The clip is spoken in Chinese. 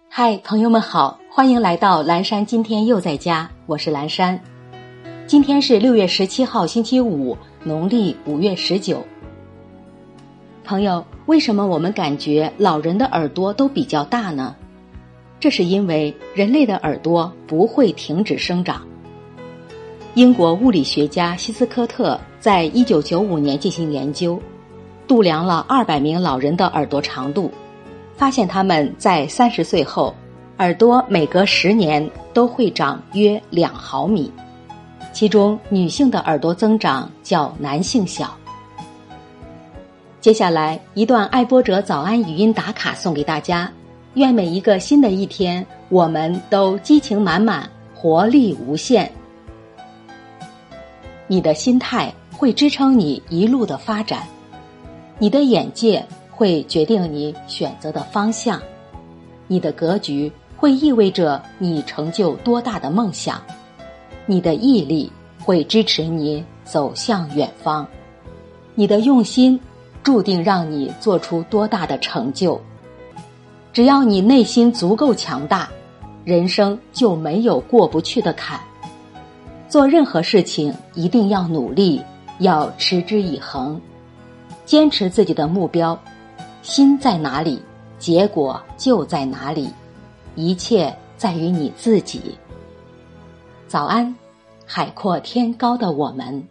嗨，朋友们好，欢迎来到蓝山今天又在家，我是蓝山。今天是6月17号星期五，农历5月19。朋友，为什么我们感觉老人的耳朵都比较大呢？这是因为人类的耳朵不会停止生长。英国物理学家希斯科特在1995年进行研究，度量了200名老人的耳朵长度，发现他们在30岁后，耳朵每隔10年都会长约2毫米，其中女性的耳朵增长较男性小。接下来一段爱播者早安语音打卡送给大家，愿每一个新的一天，我们都激情满满，活力无限。你的心态会支撑你一路的发展，你的眼界会决定你选择的方向，你的格局会意味着你成就多大的梦想，你的毅力会支持你走向远方，你的用心注定让你做出多大的成就。只要你内心足够强大，人生就没有过不去的坎。做任何事情一定要努力，要持之以恒，坚持自己的目标，心在哪里，结果就在哪里，一切在于你自己。早安，海阔天高的我们。